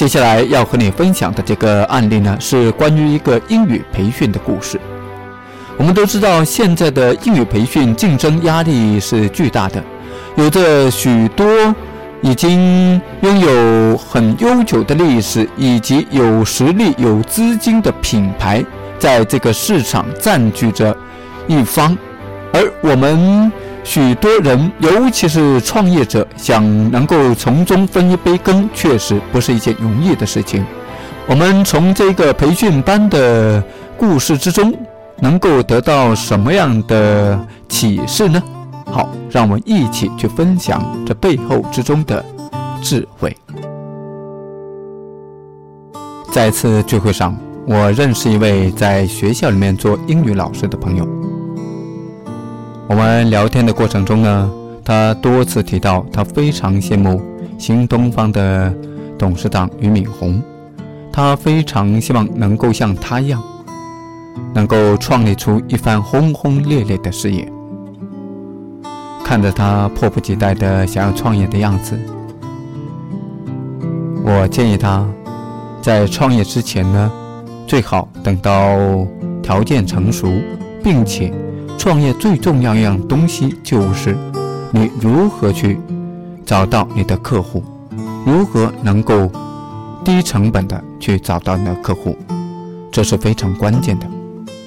接下来要和你分享的这个案例呢，是关于一个英语培训的故事。我们都知道，现在的英语培训竞争压力是巨大的，有着许多已经拥有很悠久的历史以及有实力有资金的品牌在这个市场占据着一方，而我们许多人尤其是创业者想能够从中分一杯羹，确实不是一件容易的事情。我们从这个培训班的故事之中能够得到什么样的启示呢？好，让我们一起去分享这背后之中的智慧。在一次聚会上，我认识一位在学校里面做英语老师的朋友。我们聊天的过程中呢，他多次提到他非常羡慕新东方的董事长俞敏洪，他非常希望能够像他一样，能够创立出一番轰轰烈烈的事业。看着他迫不及待地想要创业的样子，我建议他在创业之前呢，最好等到条件成熟，并且创业最重要一样东西就是你如何去找到你的客户，如何能够低成本的去找到你的客户，这是非常关键的。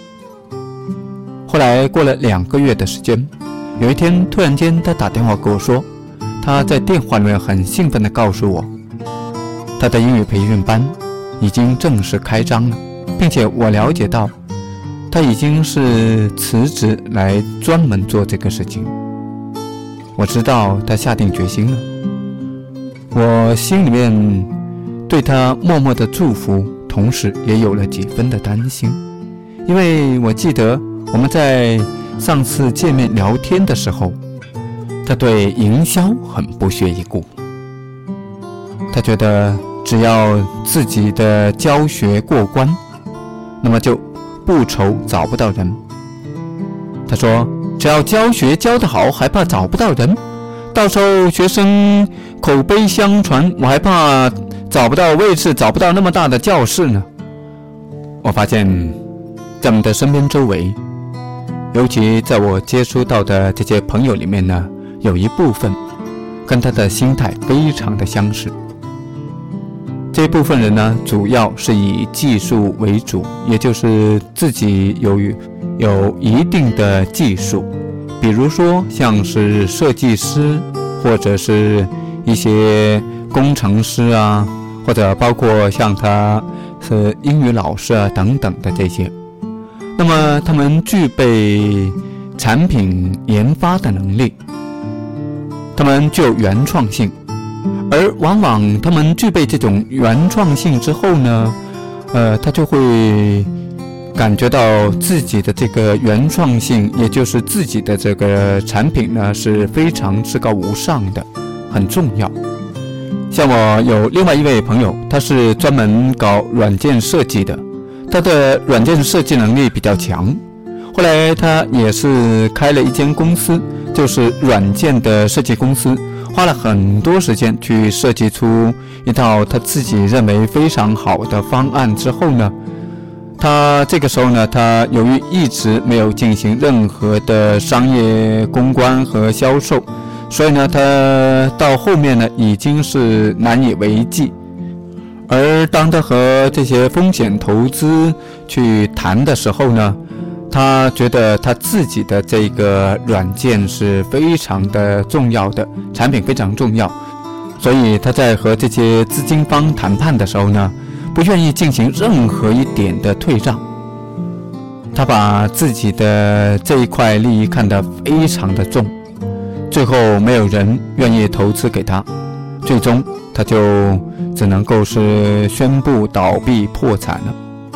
后来过了2个月的时间，有一天突然间他打电话给我说，他在电话里面很兴奋地告诉我，他的英语培训班已经正式开张了，并且我了解到他已经是辞职来专门做这个事情。我知道他下定决心了，我心里面对他默默的祝福，同时也有了几分的担心，因为我记得我们在上次见面聊天的时候，他对营销很不屑一顾，他觉得只要自己的教学过关，那么就不愁找不到人。他说只要教学教得好，还怕找不到人？到时候学生口碑相传，我还怕找不到位置，找不到那么大的教室呢。我发现在我们的身边周围，尤其在我接触到的这些朋友里面呢，有一部分跟他的心态非常的相似。这部分人呢，主要是以技术为主，也就是自己有一定的技术，比如说像是设计师，或者是一些工程师啊，或者包括像他是英语老师啊等等的这些。那么他们具备产品研发的能力，他们具有原创性，而往往他们具备这种原创性之后呢，他就会感觉到自己的这个原创性，也就是自己的这个产品呢，是非常至高无上的，很重要。像我有另外一位朋友，他是专门搞软件设计的，他的软件设计能力比较强，后来他也是开了一间公司，就是软件的设计公司，花了很多时间去设计出一套他自己认为非常好的方案之后呢，他这个时候呢，他由于一直没有进行任何的商业公关和销售，所以呢，他到后面呢已经是难以为继。而当他和这些风险投资去谈的时候呢，他觉得他自己的这个软件是非常的重要的，产品非常重要，所以他在和这些资金方谈判的时候呢，不愿意进行任何一点的退让。他把自己的这一块利益看得非常的重，最后没有人愿意投资给他，最终他就只能够是宣布倒闭破产了。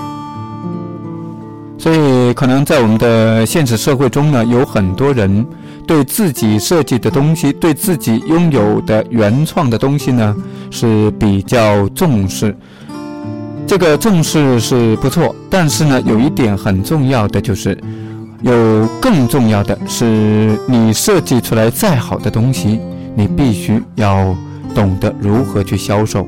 所以可能在我们的现实社会中呢，有很多人对自己设计的东西，对自己拥有的原创的东西呢，是比较重视。这个重视是不错，但是呢，有一点很重要的就是，有更重要的是，你设计出来再好的东西，你必须要懂得如何去销售，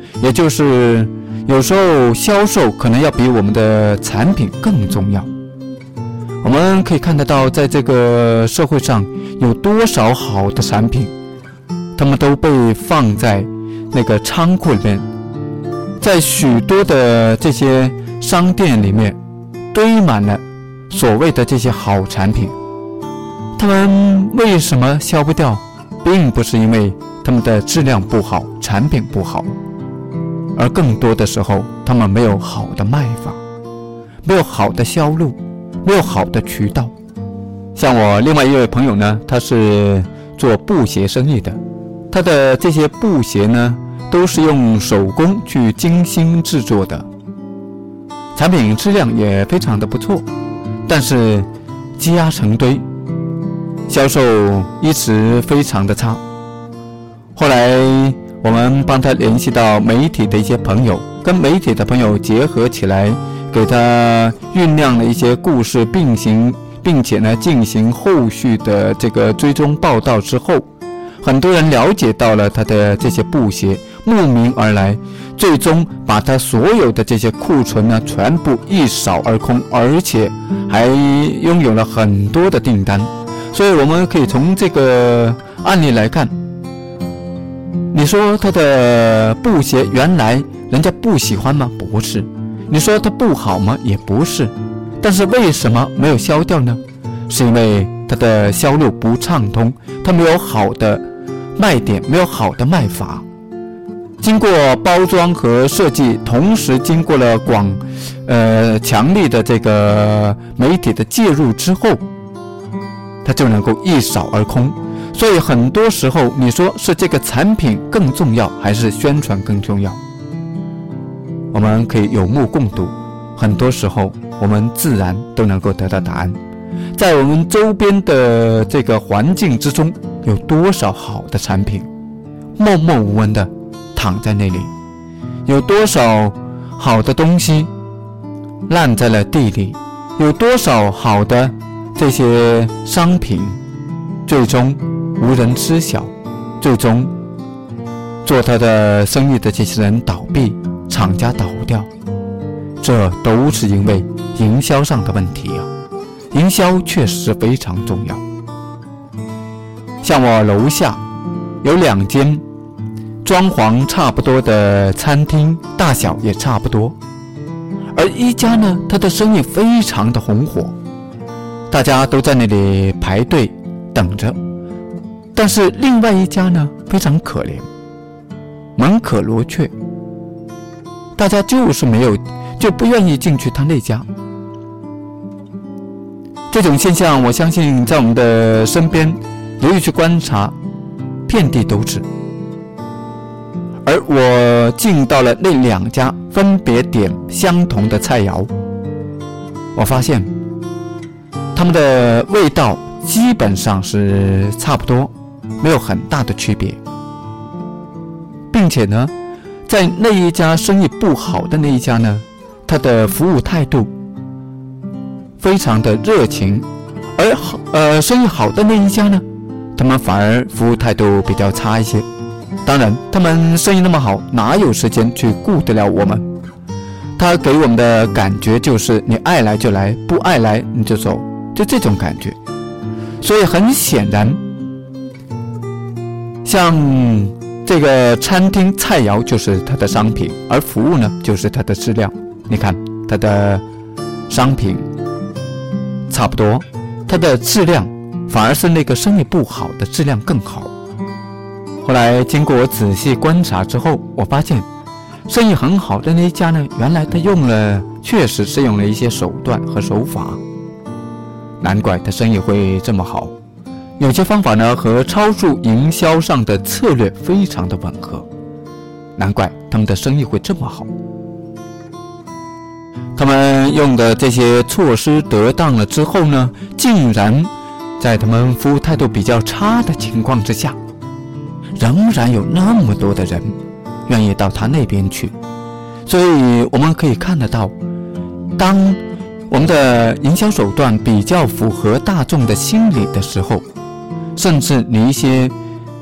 也就是有时候销售可能要比我们的产品更重要。我们可以看得到，在这个社会上有多少好的产品，他们都被放在那个仓库里面，在许多的这些商店里面堆满了所谓的这些好产品。他们为什么销不掉，并不是因为他们的质量不好，产品不好，而更多的时候他们没有好的卖法，没有好的销路，没有好的渠道。像我另外一位朋友呢，他是做布鞋生意的，他的这些布鞋呢都是用手工去精心制作的，产品质量也非常的不错，但是积压成堆，销售一直非常的差。后来我们帮他联系到媒体的一些朋友，跟媒体的朋友结合起来，给他酝酿了一些故事并且呢进行后续的这个追踪报道之后，很多人了解到了他的这些布鞋，慕名而来，最终把他所有的这些库存呢全部一扫而空，而且还拥有了很多的订单。所以我们可以从这个案例来看，你说他的布鞋原来人家不喜欢吗？不是。你说它不好吗？也不是。但是为什么没有销掉呢？是因为它的销路不畅通，它没有好的卖点，没有好的卖法。经过包装和设计，同时经过了强力的这个媒体的介入之后，它就能够一扫而空。所以很多时候你说是这个产品更重要，还是宣传更重要？我们可以有目共睹，很多时候我们自然都能够得到答案。在我们周边的这个环境之中，有多少好的产品默默无闻的躺在那里，有多少好的东西烂在了地里，有多少好的这些商品最终无人知晓，最终做他的生意的这些人倒闭，厂家倒掉，这都是因为营销上的问题啊。营销确实是非常重要。像我楼下有2间装潢差不多的餐厅，大小也差不多，而一家呢，它的生意非常的红火，大家都在那里排队等着。但是另外一家呢，非常可怜，门可罗雀，大家就不愿意进去他那家。这种现象我相信在我们的身边留意去观察，遍地都是。而我进到了那2家，分别点相同的菜肴，我发现他们的味道基本上是差不多，没有很大的区别，并且呢，在那一家生意不好的那一家呢，他的服务态度非常的热情，而生意好的那一家呢，他们反而服务态度比较差一些。当然他们生意那么好，哪有时间去顾得了我们？他给我们的感觉就是你爱来就来，不爱来你就走，就这种感觉。所以很显然，像这个餐厅菜肴就是它的商品，而服务呢就是它的质量。你看它的商品差不多，它的质量反而是那个生意不好的质量更好。后来经过我仔细观察之后，我发现生意很好的那一家呢，原来他确实是用了一些手段和手法，难怪他生意会这么好。有些方法呢和超速营销上的策略非常的吻合，难怪他们的生意会这么好。他们用的这些措施得当了之后呢，竟然在他们服务态度比较差的情况之下，仍然有那么多的人愿意到他那边去。所以我们可以看得到，当我们的营销手段比较符合大众的心理的时候，甚至你一些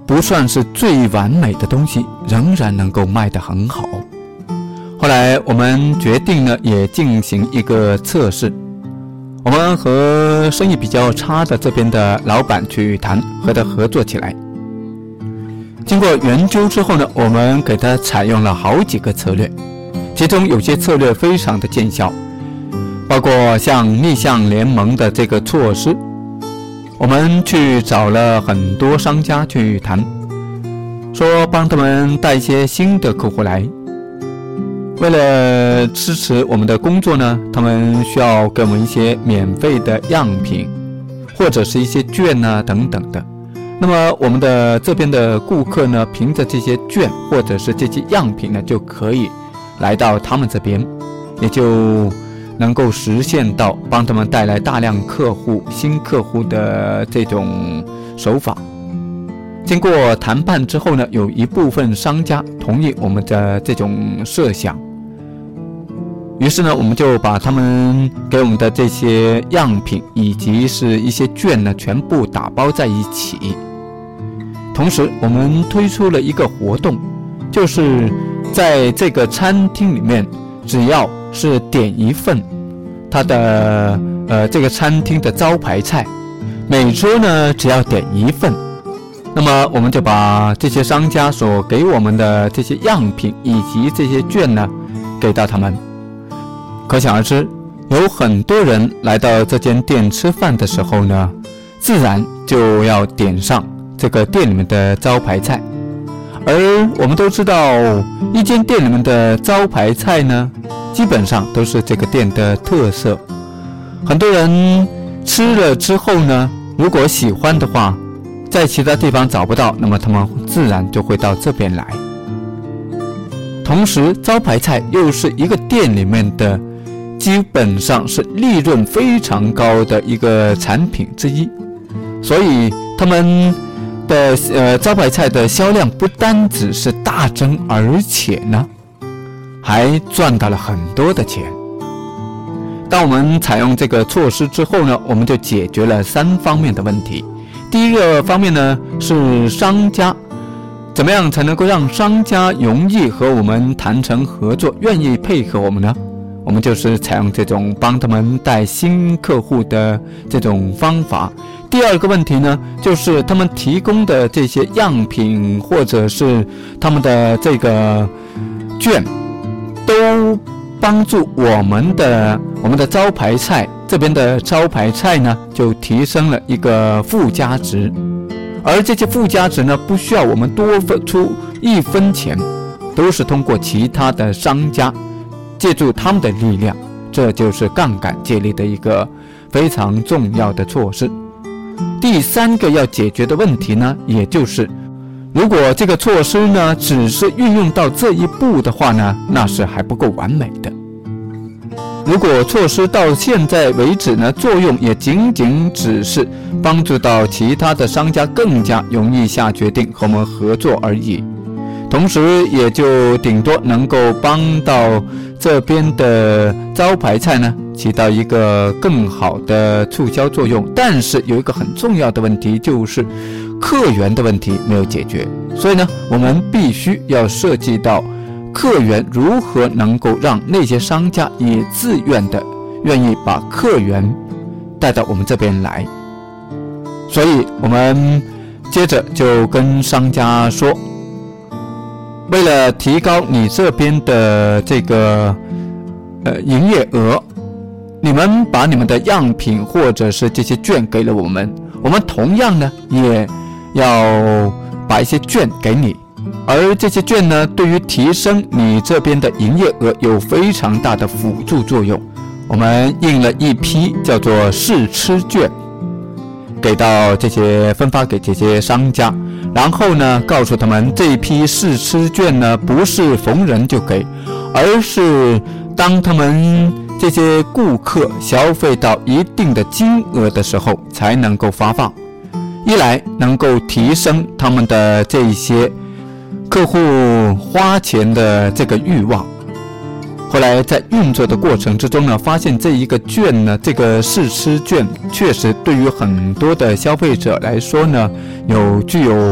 不算是最完美的东西，仍然能够卖得很好。后来我们决定呢，也进行一个测试。我们和生意比较差的这边的老板去谈，和他合作起来。经过研究之后呢，我们给他采用了好几个策略，其中有些策略非常的见效，包括像逆向联盟的这个措施。我们去找了很多商家去谈，说帮他们带一些新的客户来。为了支持我们的工作呢，他们需要给我们一些免费的样品，或者是一些券啊等等的。那么我们的这边的顾客呢，凭着这些券或者是这些样品呢，就可以来到他们这边，也就能够实现到帮他们带来大量客户、新客户的这种手法。经过谈判之后呢，有一部分商家同意我们的这种设想，于是呢，我们就把他们给我们的这些样品以及是一些券呢，全部打包在一起。同时，我们推出了一个活动，就是在这个餐厅里面，只要是点一份它的这个餐厅的招牌菜，每桌呢只要点一份，那么我们就把这些商家所给我们的这些样品以及这些券呢给到他们。可想而知，有很多人来到这间店吃饭的时候呢，自然就要点上这个店里面的招牌菜。而我们都知道，一间店里面的招牌菜呢，基本上都是这个店的特色。很多人吃了之后呢，如果喜欢的话，在其他地方找不到，那么他们自然就会到这边来。同时，招牌菜又是一个店里面的基本上是利润非常高的一个产品之一，所以他们的招牌菜的销量不单只是大增，而且呢还赚到了很多的钱。当我们采用这个措施之后呢，我们就解决了3方面的问题。第一个方面呢，是商家怎么样才能够让商家容易和我们谈成合作，愿意配合我们呢？我们就是采用这种帮他们带新客户的这种方法。第二个问题呢，就是他们提供的这些样品或者是他们的这个券，都帮助我们的招牌菜这边的招牌菜呢，就提升了一个附加值。而这些附加值呢，不需要我们多付出1分钱，都是通过其他的商家借助他们的力量，这就是杠杆借力的一个非常重要的措施。第3个要解决的问题呢，也就是如果这个措施呢只是运用到这一步的话呢，那是还不够完美的。如果措施到现在为止呢，作用也仅仅只是帮助到其他的商家更加容易下决定和我们合作而已，同时也就顶多能够帮到这边的招牌菜呢起到一个更好的促销作用。但是有一个很重要的问题，就是客源的问题没有解决，所以呢，我们必须要涉及到客源如何能够让那些商家也自愿意把客源带到我们这边来。所以我们接着就跟商家说，为了提高你这边的这个营业额，你们把你们的样品或者是这些券给了我们，我们同样呢也要把一些券给你，而这些券呢，对于提升你这边的营业额有非常大的辅助作用。我们印了一批叫做试吃券，给到分发给这些商家，然后呢告诉他们，这一批试吃券呢不是逢人就给，而是当他们这些顾客消费到一定的金额的时候才能够发放，一来能够提升他们的这些客户花钱的这个欲望。后来在运作的过程之中呢，发现这一个券呢，这个试吃券确实对于很多的消费者来说呢，具有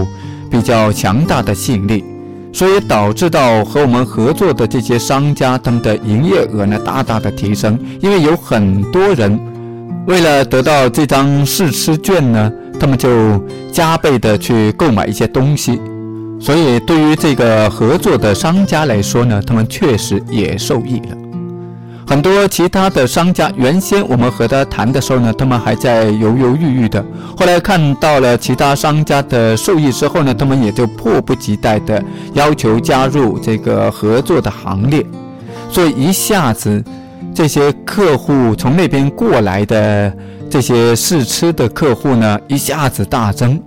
比较强大的吸引力，所以导致到和我们合作的这些商家，他们的营业额呢大大的提升。因为有很多人为了得到这张试吃券呢，他们就加倍的去购买一些东西，所以对于这个合作的商家来说呢，他们确实也受益了。很多其他的商家，原先我们和他谈的时候呢，他们还在犹犹豫豫的，后来看到了其他商家的受益之后呢，他们也就迫不及待的要求加入这个合作的行列，所以一下子这些客户从那边过来的这些试吃的客户呢，一下子大增。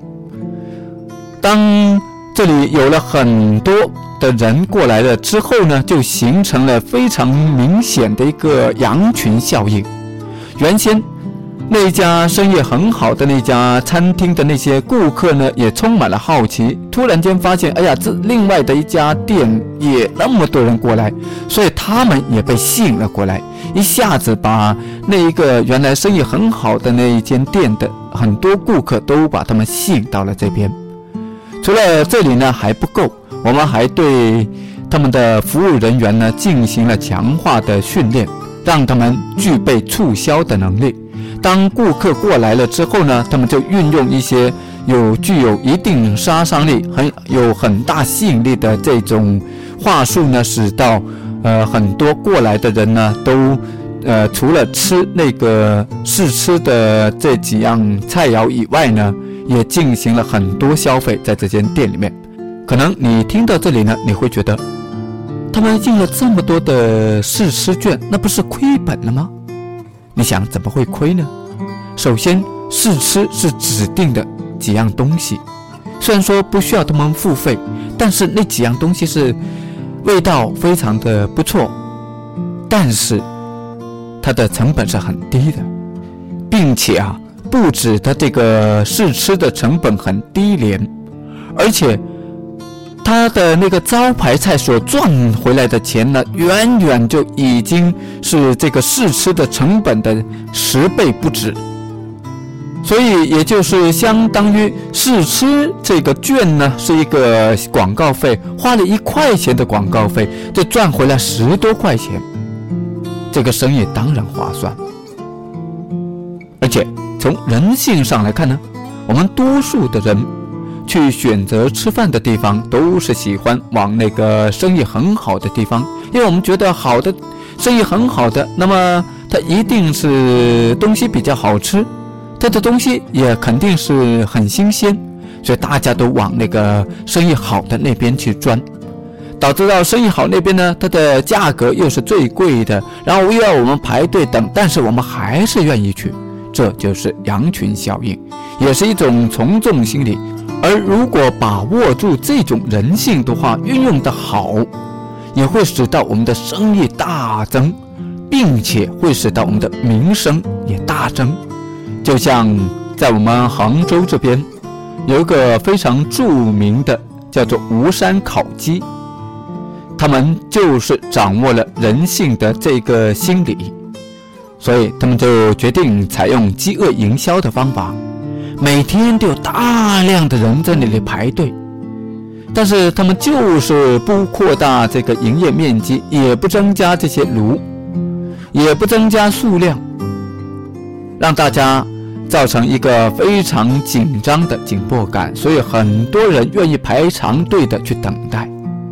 当这里有了很多的人过来了之后呢，就形成了非常明显的一个羊群效应。原先那家生意很好的那家餐厅的那些顾客呢，也充满了好奇，突然间发现，哎呀，这另外的一家店也那么多人过来，所以他们也被吸引了过来，一下子把那一个原来生意很好的那一间店的很多顾客都把他们吸引到了这边。除了这里呢还不够，我们还对他们的服务人员呢进行了强化的训练，让他们具备促销的能力。当顾客过来了之后呢，他们就运用一些具有一定杀伤力、有很大吸引力的这种话术呢，使到很多过来的人呢都除了吃那个试吃的这几样菜肴以外呢，也进行了很多消费在这间店里面。可能你听到这里呢，你会觉得他们印了这么多的试吃券，那不是亏本了吗？你想怎么会亏呢？首先，试吃是指定的几样东西，虽然说不需要他们付费，但是那几样东西是味道非常的不错，但是它的成本是很低的，并且不止它这个试吃的成本很低廉，而且他的那个招牌菜所赚回来的钱呢，远远就已经是这个试吃的成本的10倍不止。所以也就是相当于试吃这个券呢是一个广告费，花了1块钱的广告费，就赚回来10多块钱，这个生意当然划算。而且从人性上来看呢，我们多数的人去选择吃饭的地方都是喜欢往那个生意很好的地方，因为我们觉得好的生意很好的，那么它一定是东西比较好吃，它的东西也肯定是很新鲜，所以大家都往那个生意好的那边去钻，导致到生意好那边呢，它的价格又是最贵的，然后又要我们排队等，但是我们还是愿意去，这就是羊群效应，也是一种从众心理。而如果把握住这种人性的话，运用得好，也会使到我们的生意大增，并且会使到我们的名声也大增。就像在我们杭州这边有一个非常著名的叫做吴山烤鸡，他们就是掌握了人性的这个心理，所以他们就决定采用饥饿营销的方法，每天都有大量的人在那里排队，但是他们就是不扩大这个营业面积，也不增加这些炉，也不增加数量，让大家造成一个非常紧张的紧迫感，所以很多人愿意排长队的去等待。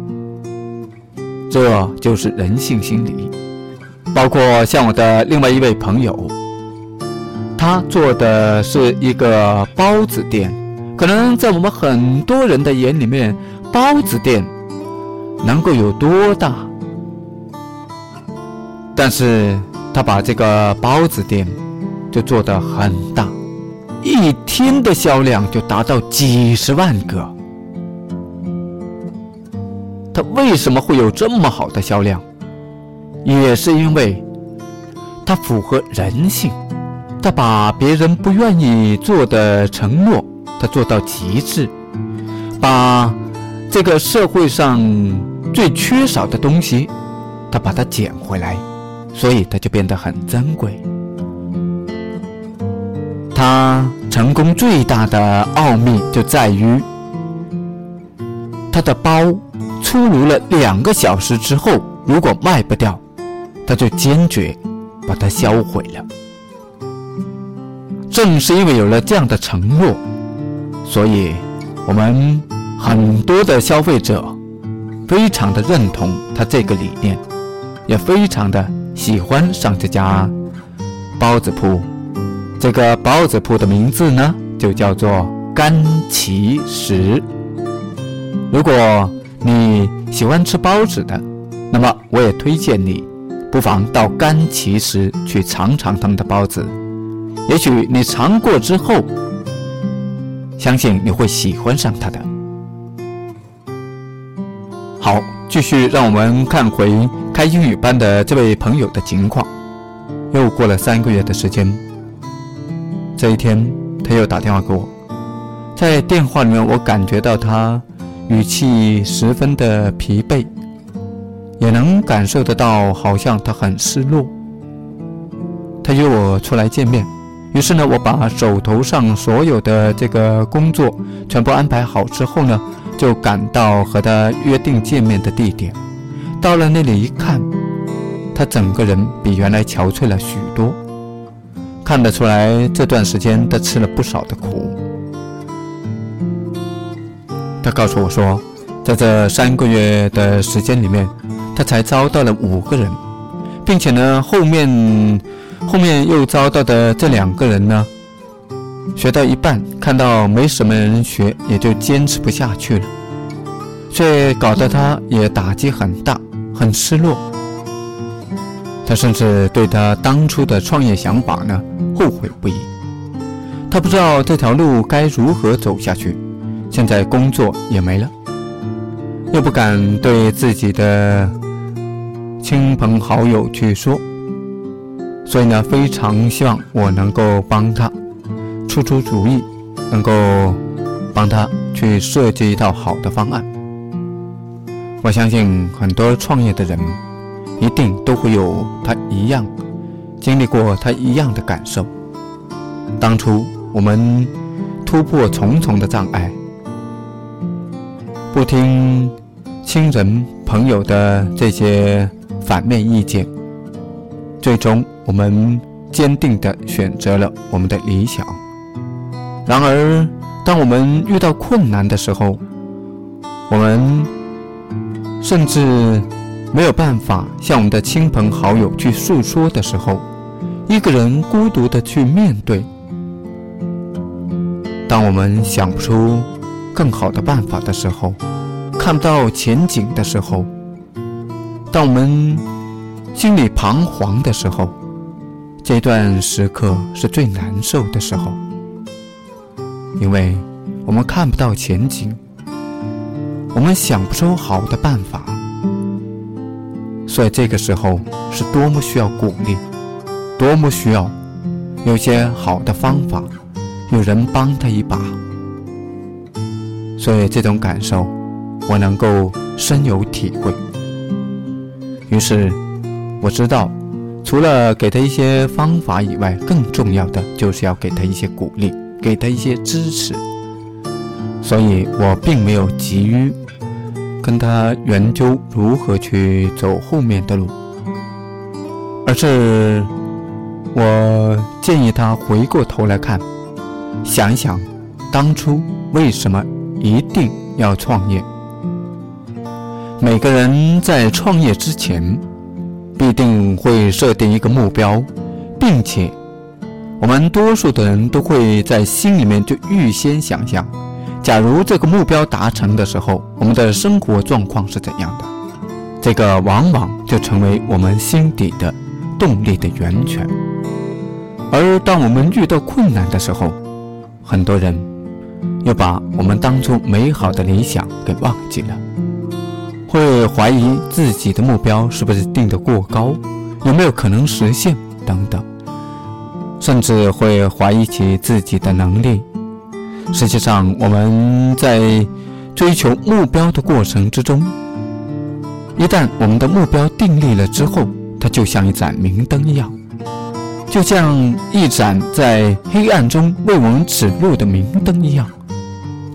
这就是人性心理。包括像我的另外一位朋友，他做的是一个包子店，可能在我们很多人的眼里面，包子店能够有多大？但是他把这个包子店就做得很大，一天的销量就达到几十万个。他为什么会有这么好的销量？也是因为他符合人性，他把别人不愿意做的承诺他做到极致，把这个社会上最缺少的东西他把它捡回来，所以它就变得很珍贵。他成功最大的奥秘就在于他的包出炉了2个小时之后，如果卖不掉，他就坚决把它销毁了。正是因为有了这样的承诺，所以我们很多的消费者非常的认同他这个理念，也非常的喜欢上这家包子铺。这个包子铺的名字呢，就叫做甘其食。如果你喜欢吃包子的，那么我也推荐你不妨到甘其食去尝尝他们的包子。也许你尝过之后，相信你会喜欢上它的。好，继续让我们看回开英语班的这位朋友的情况。又过了3个月的时间，这一天他又打电话给我，在电话里面我感觉到他语气十分的疲惫，也能感受得到好像他很失落。他约我出来见面，于是呢，我把手头上所有的这个工作全部安排好之后呢，就赶到和他约定见面的地点。到了那里一看，他整个人比原来憔悴了许多，看得出来这段时间他吃了不少的苦。他告诉我说，在这3个月的时间里面，他才招到了5个人，并且呢，后面又招到的这2个人呢，学到一半，看到没什么人学，也就坚持不下去了，所以搞得他也打击很大，很失落。他甚至对他当初的创业想法呢，后悔不已。他不知道这条路该如何走下去，现在工作也没了，又不敢对自己的亲朋好友去说，所以呢，非常希望我能够帮他出主意，能够帮他去设计一套好的方案。我相信很多创业的人一定都会有他一样经历过他一样的感受。当初我们突破重重的障碍，不听亲人朋友的这些反面意见，最终我们坚定地选择了我们的理想。然而当我们遇到困难的时候，我们甚至没有办法向我们的亲朋好友去诉说的时候，一个人孤独地去面对。当我们想不出更好的办法的时候，看不到前景的时候，当我们心里彷徨的时候，这段时刻是最难受的时候，因为我们看不到前景，我们想不出好的办法，所以这个时候是多么需要鼓励，多么需要有些好的方法，有人帮他一把。所以这种感受我能够深有体会。于是我知道，除了给他一些方法以外，更重要的就是要给他一些鼓励，给他一些支持。所以我并没有急于跟他研究如何去走后面的路，而是我建议他回过头来看，想一想当初为什么一定要创业。每个人在创业之前必定会设定一个目标，并且我们多数的人都会在心里面就预先想象，假如这个目标达成的时候，我们的生活状况是怎样的。这个往往就成为我们心底的动力的源泉。而当我们遇到困难的时候，很多人又把我们当初美好的理想给忘记了，会怀疑自己的目标是不是定得过高，有没有可能实现等等，甚至会怀疑起自己的能力。实际上我们在追求目标的过程之中，一旦我们的目标定立了之后，它就像一盏明灯一样，就像一盏在黑暗中为我们指路的明灯一样，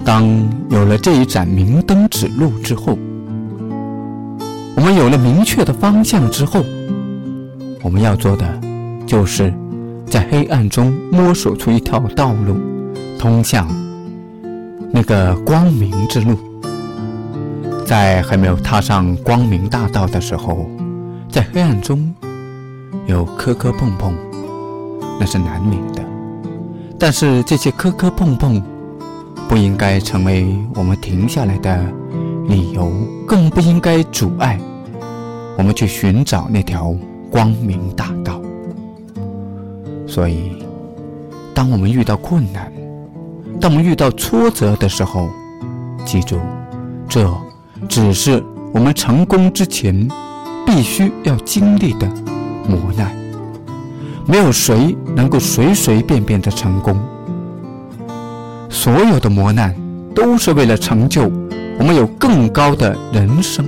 当有了这一盏明灯指路之后，我们有了明确的方向之后，我们要做的就是在黑暗中摸索出一条道路，通向那个光明之路。在还没有踏上光明大道的时候，在黑暗中有磕磕碰碰，那是难免的。但是这些磕磕碰碰不应该成为我们停下来的理由，更不应该阻碍我们去寻找那条光明大道。所以当我们遇到困难，当我们遇到挫折的时候，记住，这只是我们成功之前必须要经历的磨难。没有谁能够随随便便的成功，所有的磨难都是为了成就我们有更高的人生。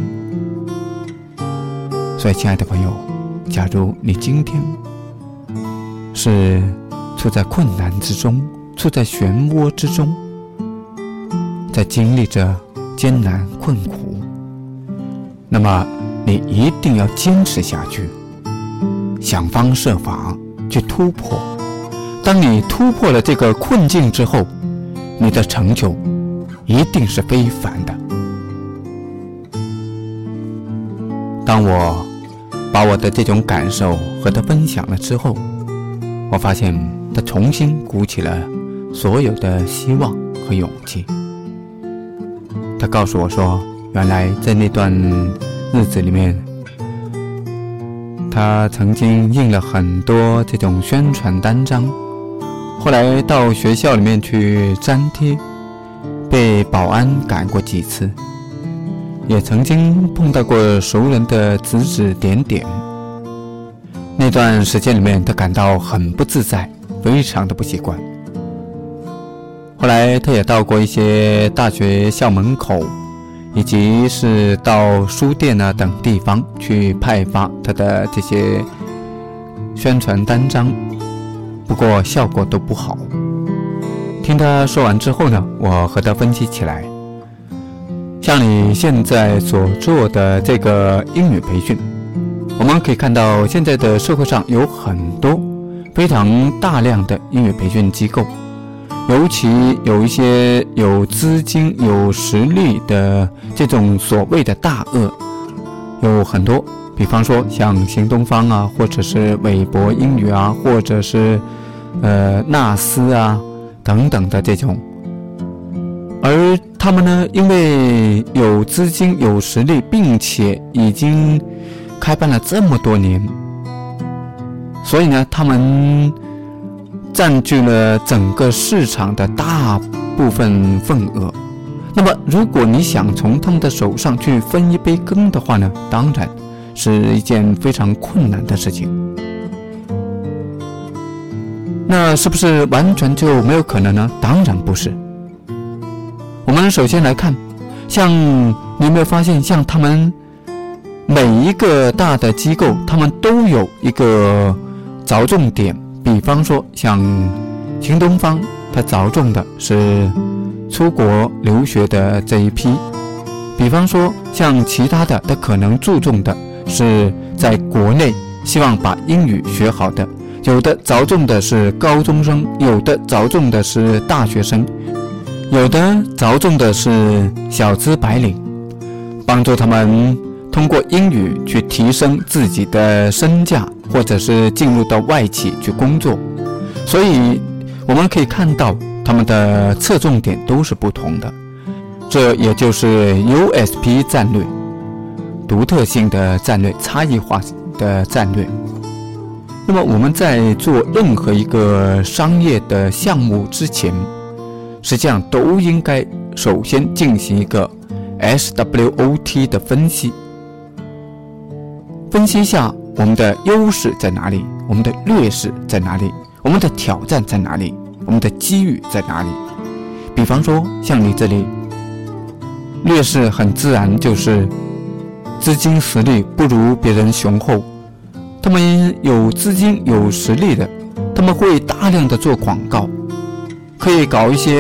所以亲爱的朋友，假如你今天是处在困难之中，处在漩涡之中，在经历着艰难困苦，那么你一定要坚持下去，想方设法去突破。当你突破了这个困境之后，你的成就一定是非凡的。当我把我的这种感受和他分享了之后，我发现他重新鼓起了所有的希望和勇气。他告诉我说，原来在那段日子里面，他曾经印了很多这种宣传单张，后来到学校里面去粘贴，被保安赶过几次，也曾经碰到过熟人的指指点点。那段时间里面，他感到很不自在，非常的不习惯。后来他也到过一些大学校门口，以及是到书店啊等地方去派发他的这些宣传单张，不过效果都不好。听他说完之后呢，我和他分析起来，像你现在所做的这个英语培训，我们可以看到现在的社会上有很多非常大量的英语培训机构，尤其有一些有资金有实力的这种所谓的大鳄有很多，比方说像新东方啊，或者是韦博英语啊，或者是纳斯啊等等的这种。而他们呢，因为有资金有实力，并且已经开办了这么多年，所以呢他们占据了整个市场的大部分份额。那么如果你想从他们的手上去分一杯羹的话呢，当然是一件非常困难的事情。那是不是完全就没有可能呢？当然不是。我们首先来看，像你有没有发现，像他们每一个大的机构，他们都有一个着重点。比方说像新东方，它着重的是出国留学的这一批。比方说像其他的，它可能注重的是在国内希望把英语学好的，有的着重的是高中生，有的着重的是大学生，有的着重的是小资白领，帮助他们通过英语去提升自己的身价，或者是进入到外企去工作。所以我们可以看到他们的侧重点都是不同的，这也就是 USP 战略，独特性的战略，差异化的战略。那么我们在做任何一个商业的项目之前，实际上都应该首先进行一个 SWOT 的分析，分析一下我们的优势在哪里，我们的劣势在哪里，我们的挑战在哪里，我们的机遇在哪里。比方说像你这里劣势很自然就是资金实力不如别人雄厚，他们有资金有实力的，他们会大量的做广告，可以搞一些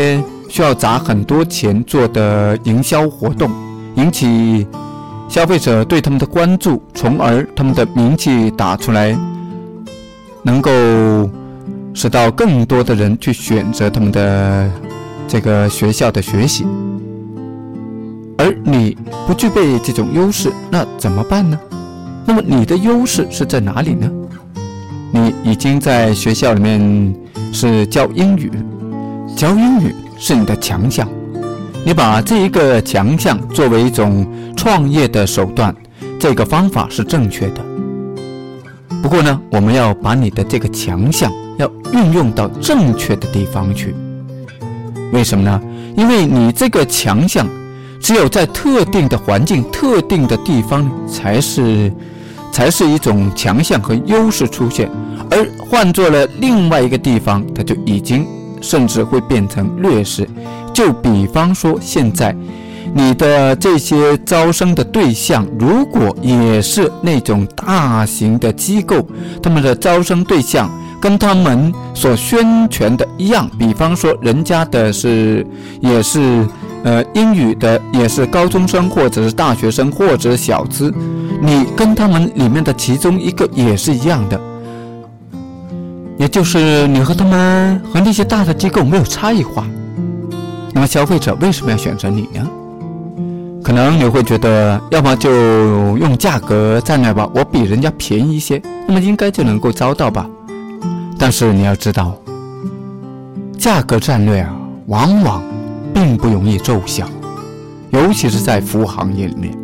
需要砸很多钱做的营销活动，引起消费者对他们的关注，从而他们的名气打出来，能够使到更多的人去选择他们的这个学校的学习。而你不具备这种优势，那怎么办呢？那么你的优势是在哪里呢？你已经在学校里面是教英语，教英语是你的强项，你把这一个强项作为一种创业的手段，这个方法是正确的。不过呢，我们要把你的这个强项要运用到正确的地方去。为什么呢？因为你这个强项只有在特定的环境、特定的地方才是一种强项和优势出现，而换做了另外一个地方，它就已经甚至会变成劣势。就比方说，现在你的这些招生的对象，如果也是那种大型的机构，他们的招生对象跟他们所宣传的一样，比方说人家的也是英语的，也是高中生或者是大学生或者是小资，你跟他们里面的其中一个也是一样的，也就是你和他们和那些大的机构没有差异化。那么消费者为什么要选择你呢？可能你会觉得，要么就用价格战略吧，我比人家便宜一些，那么应该就能够招到吧。但是你要知道，价格战略往往并不容易奏效，尤其是在服务行业里面。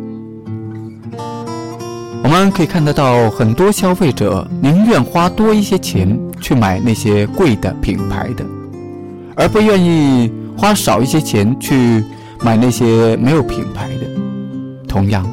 我们可以看得到，很多消费者宁愿花多一些钱去买那些贵的品牌的，而不愿意花少一些钱去买那些没有品牌的。同样，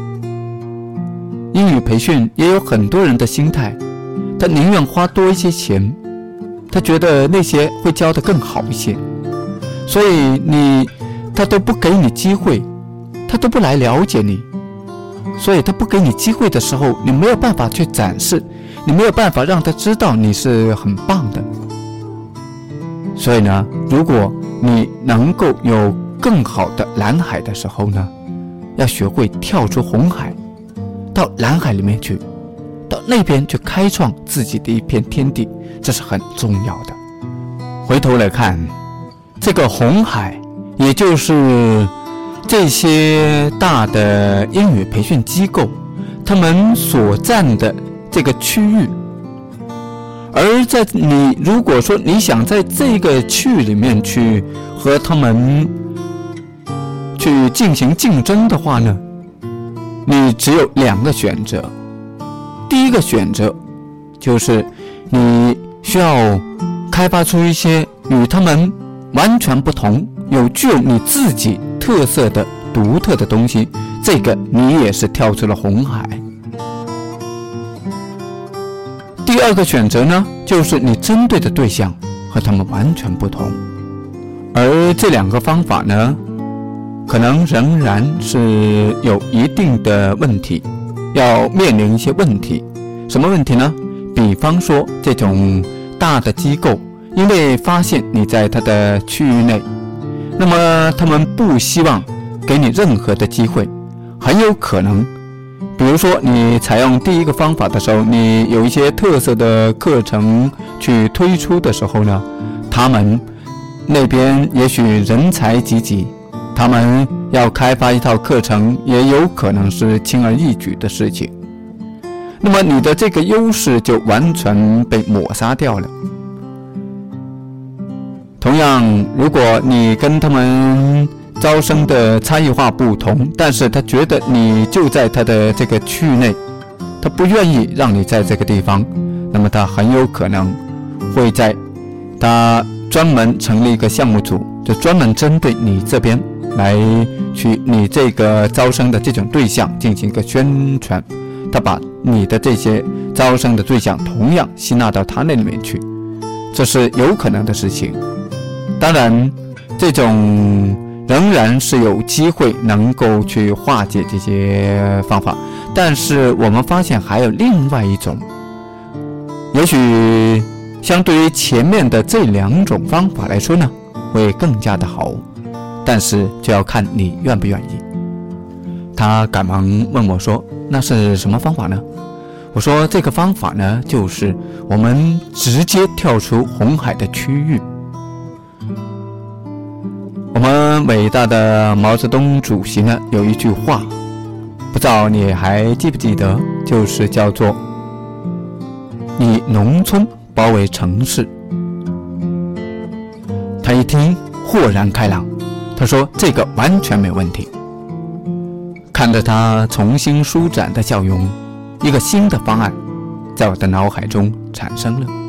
英语培训也有很多人的心态，他宁愿花多一些钱，他觉得那些会教得更好一些，所以他都不给你机会，他都不来了解你，所以他不给你机会的时候，你没有办法去展示，你没有办法让他知道你是很棒的。所以呢，如果你能够有更好的蓝海的时候呢，要学会跳出红海，到蓝海里面去，到那边去开创自己的一片天地，这是很重要的。回头来看，这个红海，也就是这些大的英语培训机构他们所占的这个区域，而在你如果说你想在这个区域里面去和他们去进行竞争的话呢，你只有两个选择。第一个选择就是你需要开发出一些与他们完全不同、具有你自己特色的独特的东西，这个你也是跳出了红海。第二个选择呢，就是你针对的对象和他们完全不同，而这两个方法呢，可能仍然是有一定的问题，要面临一些问题。什么问题呢？比方说这种大的机构，因为发现你在它的区域内，那么他们不希望给你任何的机会，很有可能比如说你采用第一个方法的时候，你有一些特色的课程去推出的时候呢，他们那边也许人才济济，他们要开发一套课程也有可能是轻而易举的事情，那么你的这个优势就完全被抹杀掉了。同样，如果你跟他们招生的差异化不同，但是他觉得你就在他的这个区域内，他不愿意让你在这个地方，那么他很有可能会在他专门成立一个项目组，就专门针对你这边来去你这个招生的这种对象进行一个宣传，他把你的这些招生的对象同样吸纳到他那里面去，这是有可能的事情。当然这种仍然是有机会能够去化解这些方法，但是我们发现还有另外一种，也许相对于前面的这两种方法来说呢， 会更加的好，但是就要看你愿不愿意。他赶忙问我说，那是什么方法呢？我说这个方法呢，就是我们直接跳出红海的区域。我们伟大的毛泽东主席呢，有一句话，不知道你还记不记得，就是叫做以农村包围城市。他一听豁然开朗，他说这个完全没问题。看着他重新舒展的笑容，一个新的方案在我的脑海中产生了。